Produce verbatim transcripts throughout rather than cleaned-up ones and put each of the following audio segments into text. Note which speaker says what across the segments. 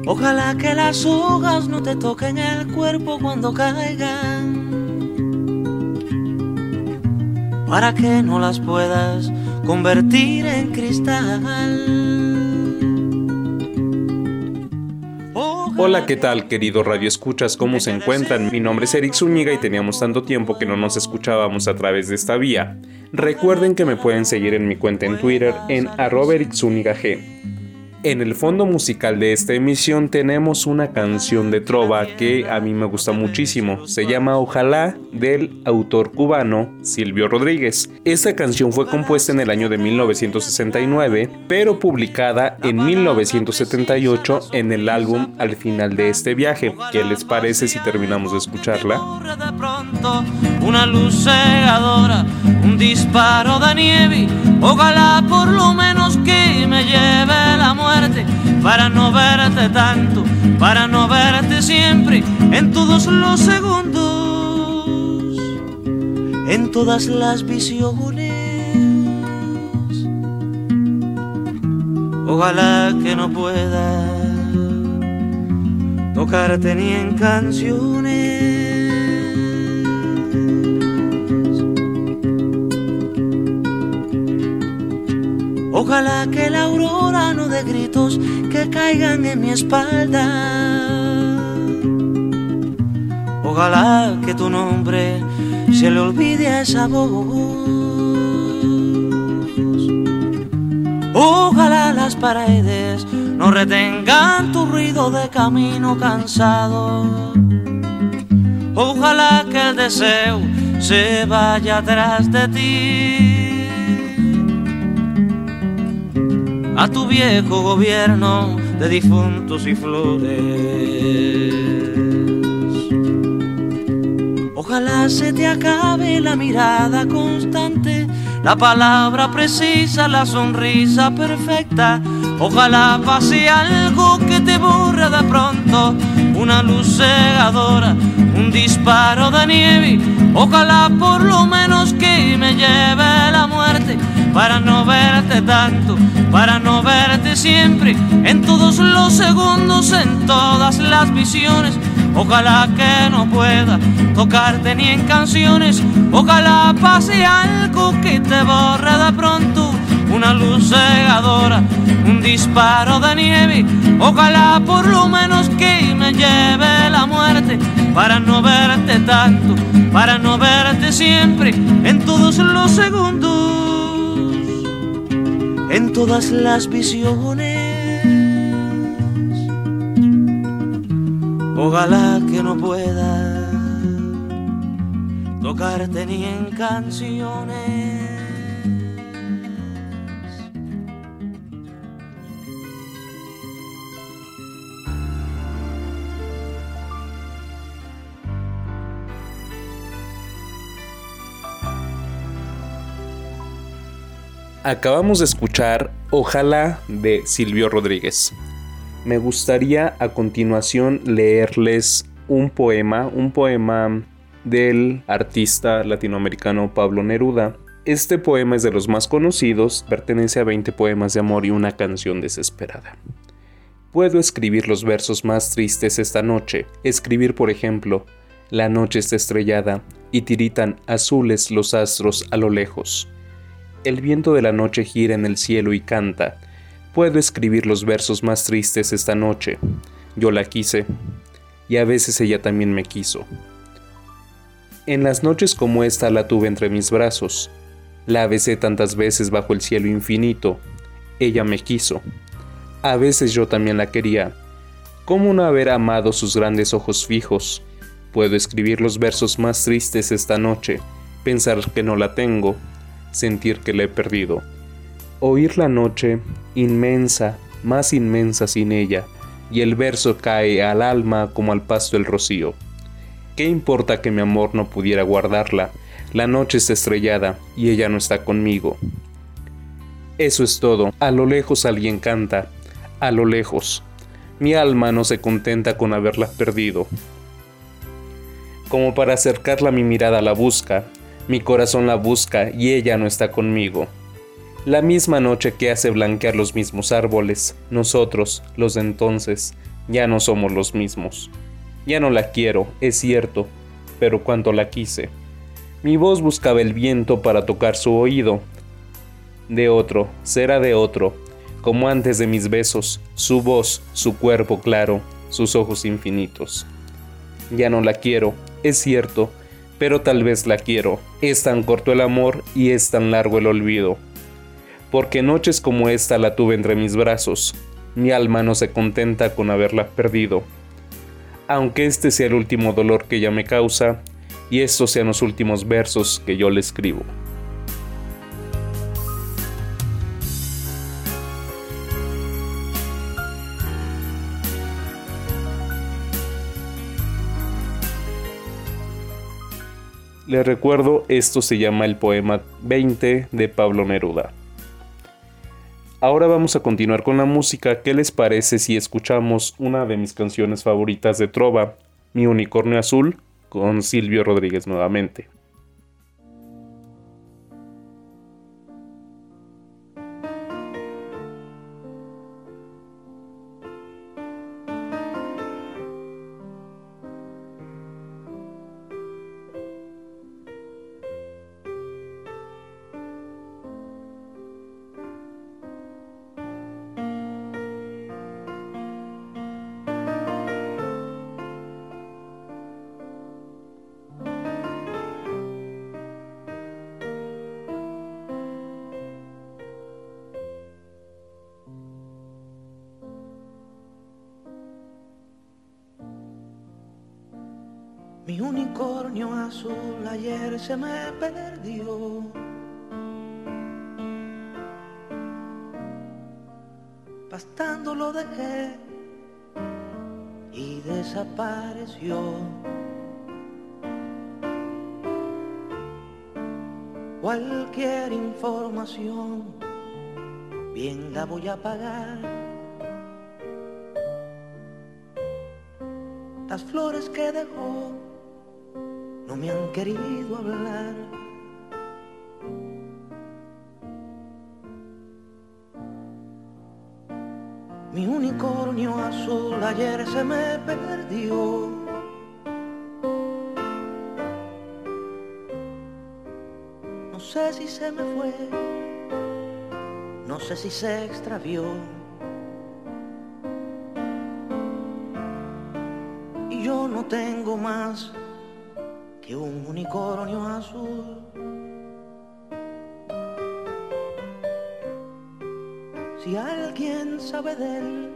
Speaker 1: Ojalá que las hojas no te toquen el cuerpo cuando caigan, para que no las puedas convertir en cristal.
Speaker 2: Hola, ¿qué tal, querido Radio Escuchas? ¿Cómo se encuentran? Mi nombre es Eric Zúñiga y teníamos tanto tiempo que no nos escuchábamos a través de esta vía. Recuerden que me pueden seguir en mi cuenta en Twitter en arroba Eric Zúñiga G. En el fondo musical de esta emisión tenemos una canción de trova que a mí me gusta muchísimo. Se llama Ojalá, del autor cubano Silvio Rodríguez. Esta canción fue compuesta en el año de mil novecientos sesenta y nueve, pero publicada en mil novecientos setenta y ocho en el álbum Al final de este viaje. ¿Qué les parece si terminamos de escucharla?
Speaker 1: De pronto, una luz cegadora, un disparo de nieve. Ojalá por lo menos que me lleve la muerte, para no verte tanto, para no verte siempre, en todos los segundos, en todas las visiones. Ojalá que no pueda tocarte ni en canciones. Ojalá que la aurora no dé gritos que caigan en mi espalda. Ojalá que tu nombre se le olvide a esa voz. Ojalá las paredes no retengan tu ruido de camino cansado. Ojalá que el deseo se vaya atrás de ti, a tu viejo gobierno de difuntos y flores. Ojalá se te acabe la mirada constante, la palabra precisa, la sonrisa perfecta. Ojalá pase algo que te borre de pronto, una luz cegadora, un disparo de nieve. Ojalá por lo menos que me lleve la muerte, para no verte tanto, para no verte siempre, en todos los segundos, en todas las visiones. Ojalá que no pueda tocarte ni en canciones. Ojalá pase algo que te borre de pronto, una luz cegadora, un disparo de nieve. Ojalá por lo menos que me lleve la muerte, para no verte tanto, para no verte siempre, en todos los segundos, en todas las visiones. Ojalá que no pueda tocarte ni en canciones.
Speaker 2: Acabamos de escuchar Ojalá de Silvio Rodríguez. Me gustaría a continuación leerles un poema, un poema del artista latinoamericano Pablo Neruda. Este poema es de los más conocidos, pertenece a veinte poemas de amor y una canción desesperada. Puedo escribir los versos más tristes esta noche, escribir por ejemplo, la noche está estrellada y tiritan azules los astros a lo lejos. El viento de la noche gira en el cielo y canta. Puedo escribir los versos más tristes esta noche. Yo la quise, y a veces ella también me quiso. En las noches como esta la tuve entre mis brazos. La besé tantas veces bajo el cielo infinito. Ella me quiso. A veces yo también la quería. ¿Cómo no haber amado sus grandes ojos fijos? Puedo escribir los versos más tristes esta noche. Pensar que no la tengo. Sentir que la he perdido. Oír la noche, inmensa, más inmensa sin ella, y el verso cae al alma como al pasto el rocío. ¿Qué importa que mi amor no pudiera guardarla? La noche está estrellada y ella no está conmigo. Eso es todo. A lo lejos alguien canta, a lo lejos. Mi alma no se contenta con haberla perdido. Como para acercarla mi mirada la busca, mi corazón la busca y ella no está conmigo. La misma noche que hace blanquear los mismos árboles, nosotros, los de entonces, Ya no somos los mismos. Ya no la quiero, es cierto, pero cuánto la quise. Mi voz buscaba el viento para tocar su oído. De otro, será de otro, como antes de mis besos, su voz, su cuerpo claro, sus ojos infinitos. Ya no la quiero, es cierto, pero tal vez la quiero. Es tan corto el amor y es tan largo el olvido. Porque noches como esta la tuve entre mis brazos, mi alma no se contenta con haberla perdido. Aunque este sea el último dolor que ella me causa, y estos sean los últimos versos que yo le escribo. Les recuerdo, esto se llama el poema veinte de Pablo Neruda. Ahora vamos a continuar con la música. ¿Qué les parece si escuchamos una de mis canciones favoritas de trova, Mi Unicornio Azul, con Silvio Rodríguez nuevamente?
Speaker 1: Mi unicornio azul ayer se me perdió. Pastando lo dejé y desapareció. Cualquier información bien la voy a pagar. Las flores que dejó no me han querido hablar. Mi unicornio azul ayer se me perdió. No sé si se me fue, no sé si se extravió. Y yo no tengo más que un unicornio azul. Si alguien sabe de él,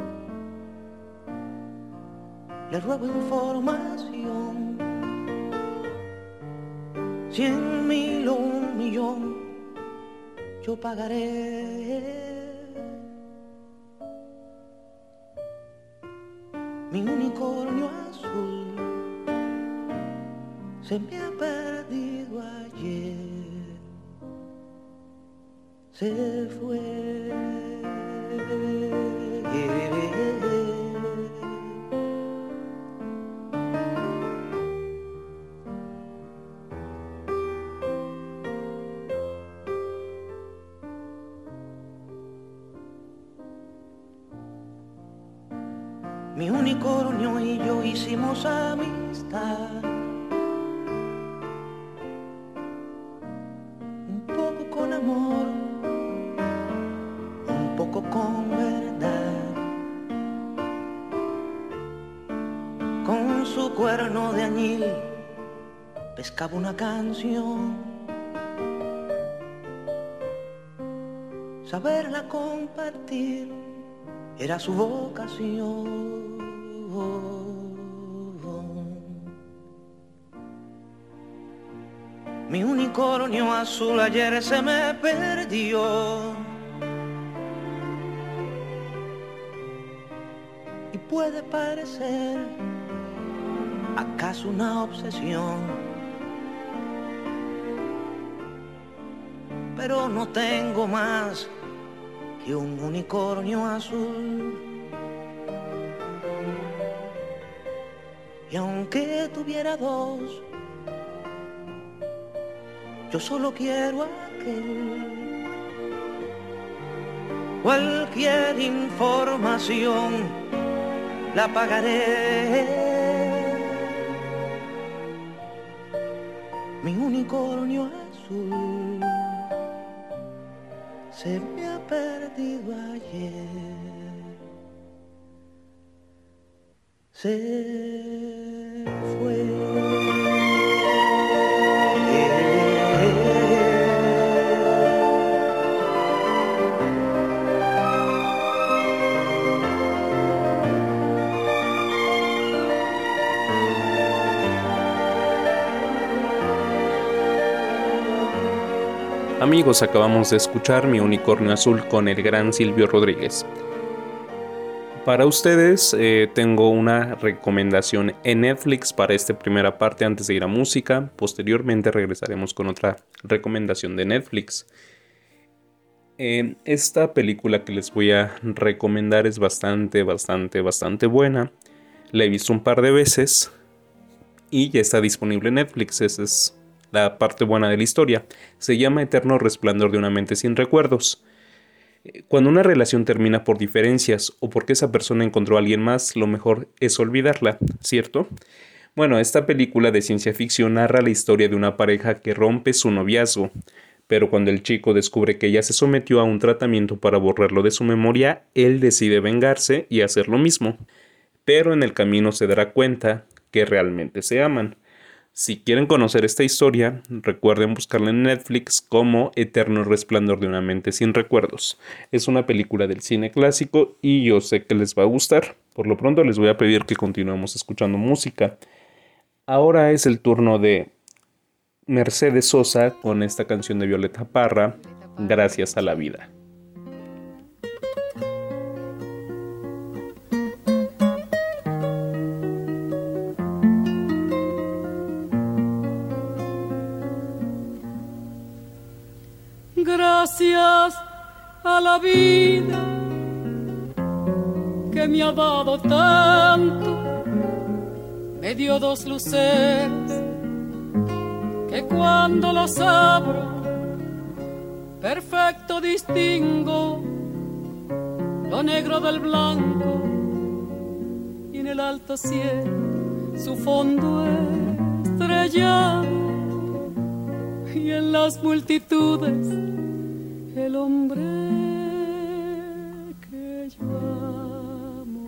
Speaker 1: le ruego información. Cien mil o un millón, yo pagaré. Mi unicornio azul se me ha perdido ayer, se fue. Mi unicornio y yo hicimos amistad, un poco con amor, un poco con verdad. Con su cuerno de añil pescaba una canción, saberla compartir era su vocación. Mi unicornio azul ayer se me perdió. Y puede parecer acaso una obsesión, pero no tengo más que un unicornio azul. Y aunque tuviera dos, yo solo quiero aquel. Cualquier información la pagaré. Mi unicornio azul se me ha perdido ayer, se fue.
Speaker 2: Amigos, acabamos de escuchar Mi Unicornio Azul con el gran Silvio Rodríguez. Para ustedes eh, tengo una recomendación en Netflix para esta primera parte antes de ir a música. Posteriormente regresaremos con otra recomendación de Netflix. Eh, esta película que les voy a recomendar es bastante, bastante, bastante buena. La he visto un par de veces y ya está disponible en Netflix. Esa es la parte buena de la historia. Se llama Eterno Resplandor de una mente sin recuerdos. Cuando una relación termina por diferencias o porque esa persona encontró a alguien más, lo mejor es olvidarla, ¿cierto? Bueno, esta película de ciencia ficción narra la historia de una pareja que rompe su noviazgo, pero cuando el chico descubre que ella se sometió a un tratamiento para borrarlo de su memoria, él decide vengarse y hacer lo mismo. Pero en el camino se dará cuenta que realmente se aman. Si quieren conocer esta historia, recuerden buscarla en Netflix como Eterno Resplandor de una mente sin recuerdos. Es una película del cine clásico y yo sé que les va a gustar. Por lo pronto les voy a pedir que continuemos escuchando música. Ahora es el turno de Mercedes Sosa con esta canción de Violeta Parra, Gracias a la vida.
Speaker 3: Gracias a la vida que me ha dado tanto, me dio dos luceros que cuando los abro perfecto distingo lo negro del blanco y en el alto cielo su fondo estrellado y en las multitudes el hombre que yo amo.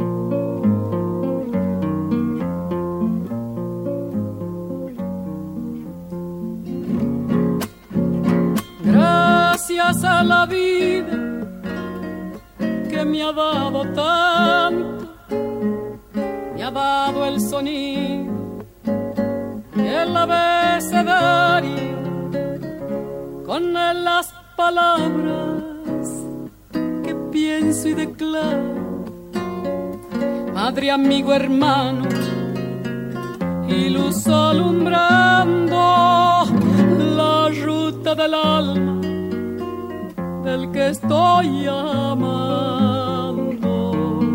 Speaker 3: Gracias a la vida que me ha dado tanto, me ha dado el sonido y el abecedario, con él las palabras que pienso y declaro. Madre, amigo, hermano y luz alumbrando la ruta del alma del que estoy amando.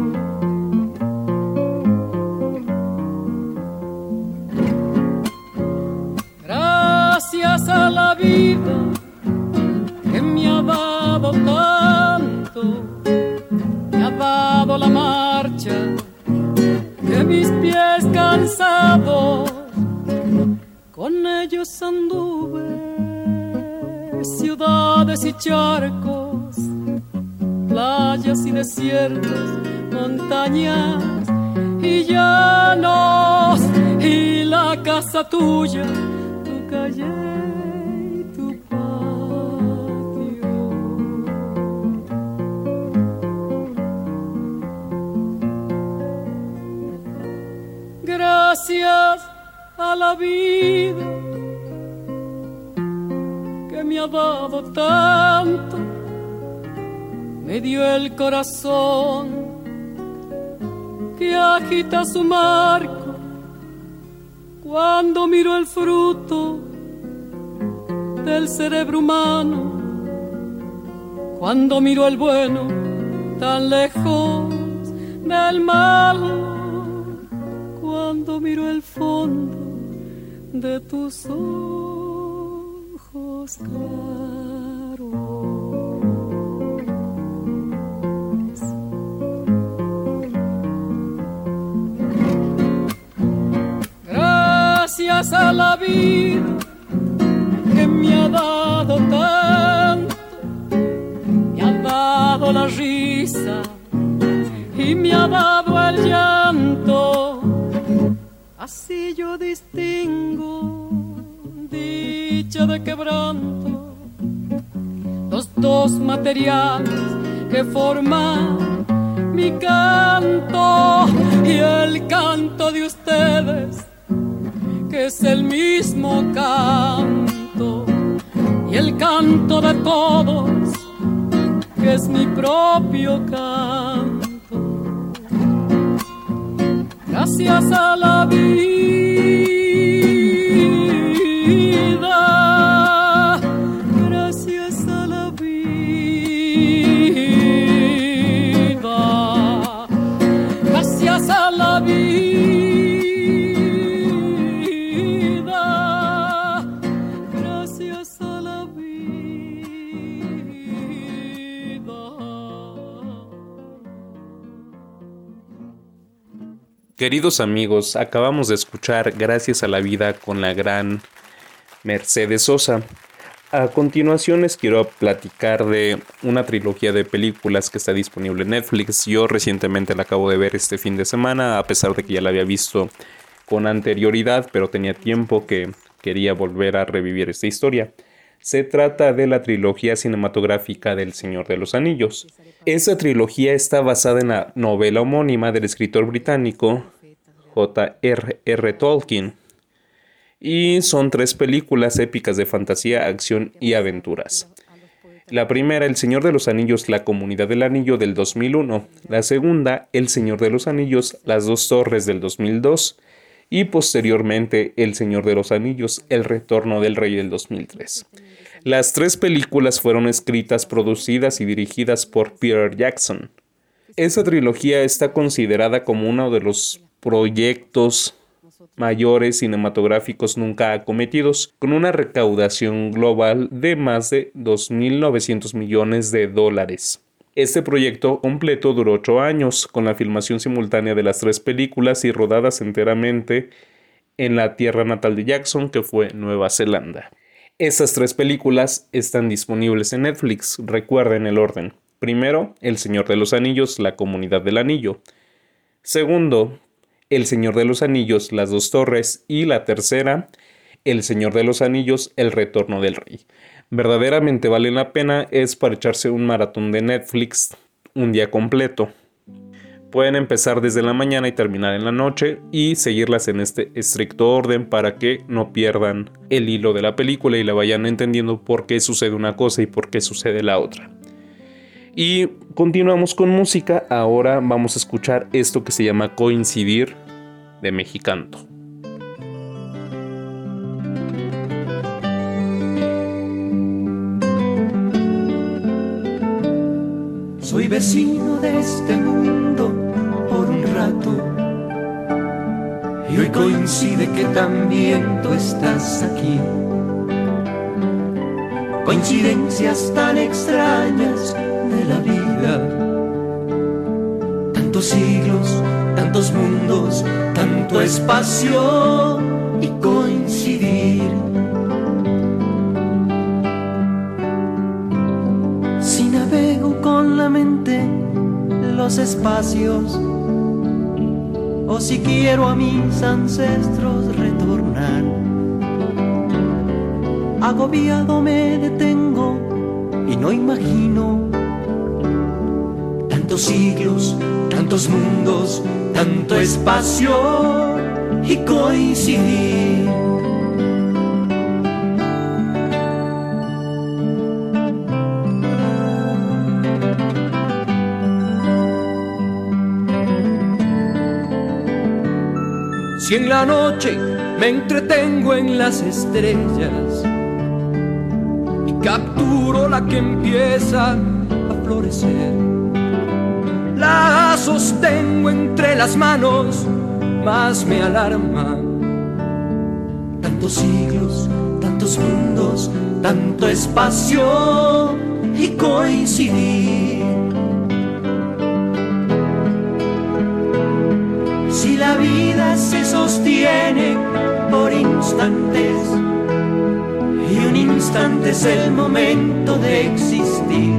Speaker 3: Gracias a la vida que me ha dado tanto, me ha dado la marcha de mis pies cansados, con ellos anduve ciudades y charcos, playas y desiertos, montañas y llanos, y la casa tuya, tu calle y tu patio. Gracias a la vida que me ha dado tanto, me dio el corazón que agita su marco cuando miro el fruto del cerebro humano, cuando miro el bueno tan lejos del mal, cuando miro el fondo de tus ojos claros. a la vida que me ha dado tanto, me ha dado la risa y me ha dado el llanto. Así yo distingo dicha de quebranto, los dos materiales que forman mi canto y el canto de ustedes, que es el mismo canto, y el canto de todos, que es mi propio canto. Gracias a la vida, gracias a la vida, gracias a la vida, gracias a la vida.
Speaker 2: Queridos amigos, acabamos de escuchar Gracias a la vida con la gran Mercedes Sosa. A continuación les quiero platicar de una trilogía de películas que está disponible en Netflix. Yo recientemente la acabo de ver este fin de semana, a pesar de que ya la había visto con anterioridad, pero tenía tiempo que quería volver a revivir esta historia. Se trata de la trilogía cinematográfica del Señor de los Anillos. Esta trilogía está basada en la novela homónima del escritor británico J R R Tolkien y son tres películas épicas de fantasía, acción y aventuras. La primera, El Señor de los Anillos, La Comunidad del Anillo, del dos mil uno. La segunda, El Señor de los Anillos, Las Dos Torres, del dos mil dos. Y posteriormente, El Señor de los Anillos, El Retorno del Rey, del dos mil tres. Las tres películas fueron escritas, producidas y dirigidas por Peter Jackson. Esta trilogía está considerada como uno de los proyectos mayores cinematográficos nunca acometidos, con una recaudación global de más de dos mil novecientos millones de dólares. Este proyecto completo duró ocho años, con la filmación simultánea de las tres películas y rodadas enteramente en la tierra natal de Jackson, que fue Nueva Zelanda. Estas tres películas están disponibles en Netflix. Recuerden el orden. Primero, El Señor de los Anillos, La Comunidad del Anillo. Segundo, El Señor de los Anillos, Las Dos Torres. Y la tercera, El Señor de los Anillos, El Retorno del Rey. Verdaderamente vale la pena, es para echarse un maratón de Netflix un día completo. Pueden empezar desde la mañana y terminar en la noche y seguirlas en este estricto orden para que no pierdan el hilo de la película y la vayan entendiendo por qué sucede una cosa y por qué sucede la otra. Y continuamos con música. Ahora vamos a escuchar esto que se llama Coincidir de Mexicanto.
Speaker 1: Soy vecino de este mundo por un rato y hoy coincide que también tú estás aquí. Coincidencias tan extrañas de la vida, tantos siglos, tantos mundos, tanto espacio y coincidir. Si navego con la mente los espacios, o si quiero a mis ancestros retornar, agobiado me detengo y no imagino tantos siglos, tantos mundos, tanto espacio y coincidir. Si en la noche me entretengo en las estrellas y capturo la que empieza a florecer, la sostengo entre las manos, más me alarma. Tantos siglos, tantos mundos, tanto espacio y coincidir. Si la vida se sostiene por instantes instantes, y un instante es el momento de existir.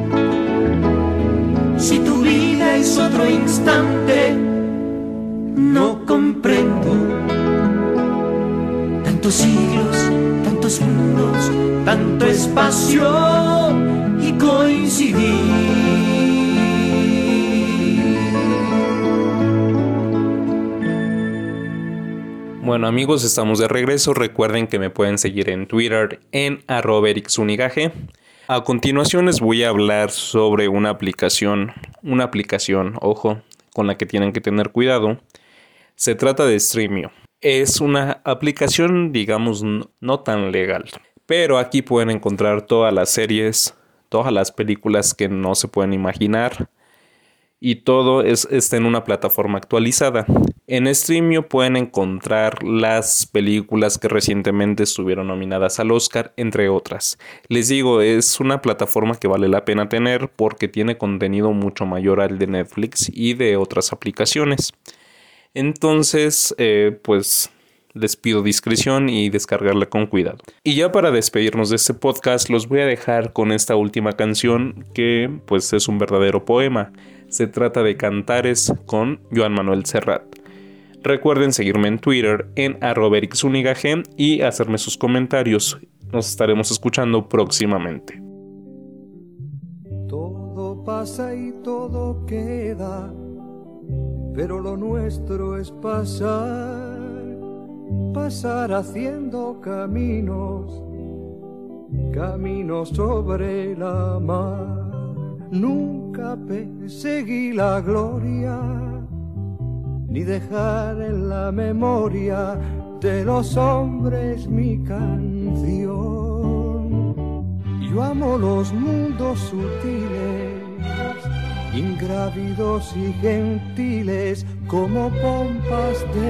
Speaker 1: Si tu vida es otro instante, no comprendo tantos siglos, tantos mundos, tanto espacio y coincidir.
Speaker 2: Bueno amigos, estamos de regreso. Recuerden que me pueden seguir en Twitter en arroba Eric Zunigaje. A continuación les voy a hablar sobre una aplicación, una aplicación, ojo, con la que tienen que tener cuidado. Se trata de Streamio. Es una aplicación, digamos, no tan legal. Pero aquí pueden encontrar todas las series, todas las películas que no se pueden imaginar. Y todo es, está en una plataforma actualizada. En Streamio pueden encontrar las películas que recientemente estuvieron nominadas al Oscar, entre otras. Les digo, es una plataforma que vale la pena tener porque tiene contenido mucho mayor al de Netflix y de otras aplicaciones. Entonces, eh, pues les pido discreción y descargarla con cuidado. Y ya para despedirnos de este podcast, los voy a dejar con esta última canción que pues es un verdadero poema. Se trata de Cantares con Joan Manuel Serrat. Recuerden seguirme en Twitter en arroba Eric Zunigaje y hacerme sus comentarios. Nos estaremos escuchando próximamente.
Speaker 4: Todo pasa y todo queda, pero lo nuestro es pasar, pasar haciendo caminos, caminos sobre la mar. Nunca perseguí la gloria, ni dejar en la memoria de los hombres mi canción. Yo amo los mundos sutiles, ingrávidos y gentiles, como pompas de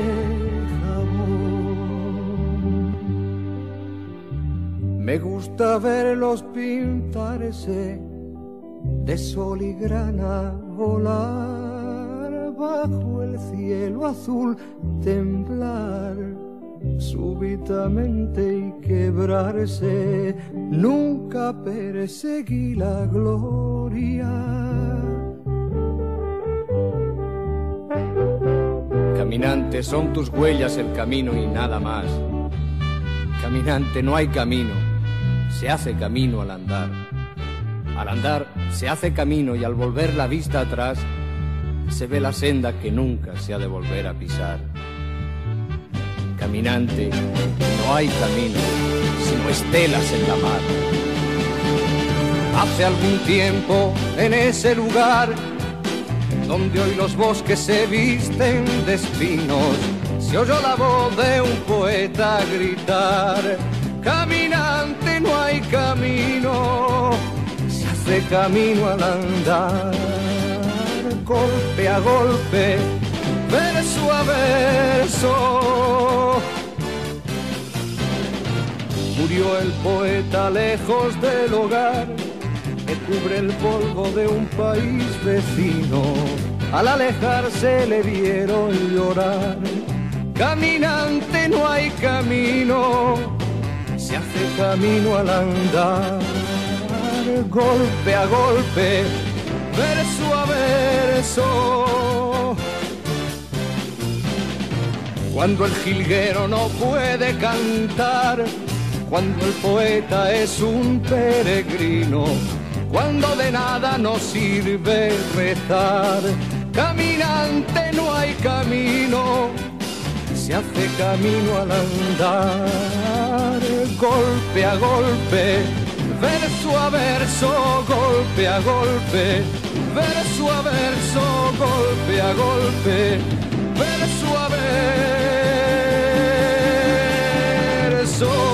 Speaker 4: jabón. Me gusta verlos pintarse de sol y grana, volar bajo el cielo azul, temblar súbitamente y quebrarse. Nunca perseguí la gloria.
Speaker 5: Caminante, son tus huellas el camino y nada más. Caminante, no hay camino, se hace camino al andar. Al andar se hace camino y al volver la vista atrás se ve la senda que nunca se ha de volver a pisar. Caminante, no hay camino, sino estelas en la mar. Hace algún tiempo en ese lugar donde hoy los bosques se visten de espinos, se oyó la voz de un poeta gritar: caminante, no hay camino, de camino al andar, golpe a golpe, verso a verso. Murió el poeta lejos del hogar que cubre el polvo de un país vecino. Al alejarse le vieron llorar. Caminante, no hay camino, se hace camino al andar, golpe a golpe, verso a verso. Cuando el jilguero no puede cantar, cuando el poeta es un peregrino, cuando de nada nos sirve rezar. Caminante, no hay camino, se hace camino al andar, golpe a golpe, verso a verso, golpe a golpe, verso a verso, golpe a golpe, verso a verso.